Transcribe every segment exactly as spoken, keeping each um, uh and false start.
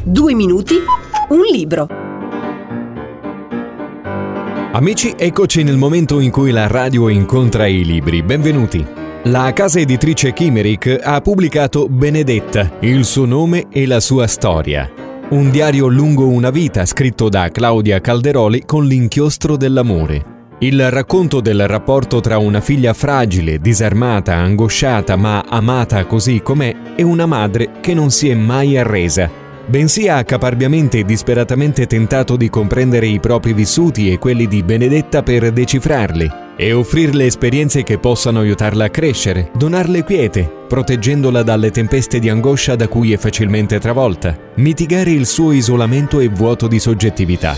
Due minuti, un libro. Amici, eccoci nel momento in cui la radio incontra i libri. Benvenuti. La casa editrice Kimerich ha pubblicato Benedetta, il suo nome e la sua storia. Un diario lungo una vita scritto da Claudia Calderoli con l'inchiostro dell'amore. Il racconto del rapporto tra una figlia fragile, disarmata, angosciata ma amata così com'è e una madre che non si è mai arresa, bensì ha caparbiamente e disperatamente tentato di comprendere i propri vissuti e quelli di Benedetta per decifrarli e offrirle esperienze che possano aiutarla a crescere, donarle quiete, proteggendola dalle tempeste di angoscia da cui è facilmente travolta, mitigare il suo isolamento e vuoto di soggettività.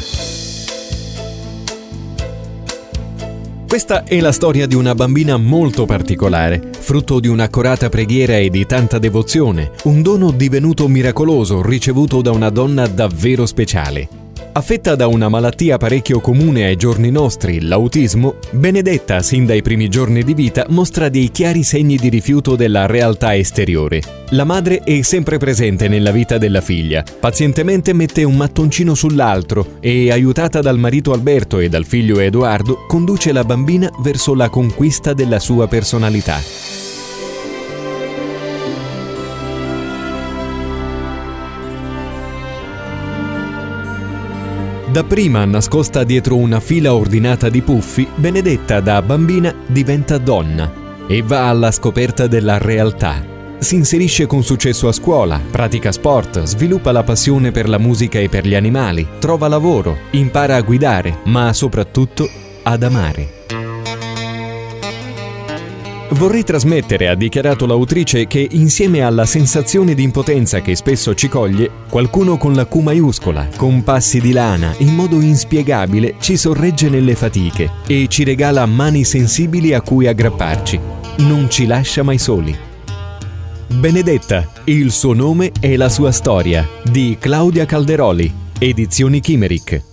Questa è la storia di una bambina molto particolare, frutto di un'accorata preghiera e di tanta devozione, un dono divenuto miracoloso ricevuto da una donna davvero speciale. Affetta da una malattia parecchio comune ai giorni nostri, l'autismo, Benedetta, sin dai primi giorni di vita, mostra dei chiari segni di rifiuto della realtà esteriore. La madre è sempre presente nella vita della figlia, pazientemente mette un mattoncino sull'altro e, aiutata dal marito Alberto e dal figlio Edoardo, conduce la bambina verso la conquista della sua personalità. Dapprima nascosta dietro una fila ordinata di puffi, Benedetta da bambina diventa donna e va alla scoperta della realtà. Si inserisce con successo a scuola, pratica sport, sviluppa la passione per la musica e per gli animali, trova lavoro, impara a guidare, ma soprattutto ad amare. Vorrei trasmettere, ha dichiarato l'autrice, che insieme alla sensazione di impotenza che spesso ci coglie, qualcuno con la Q maiuscola, con passi di lana, in modo inspiegabile, ci sorregge nelle fatiche e ci regala mani sensibili a cui aggrapparci. Non ci lascia mai soli. Benedetta, il suo nome e la sua storia, di Claudia Calderoli, edizioni Kimerich.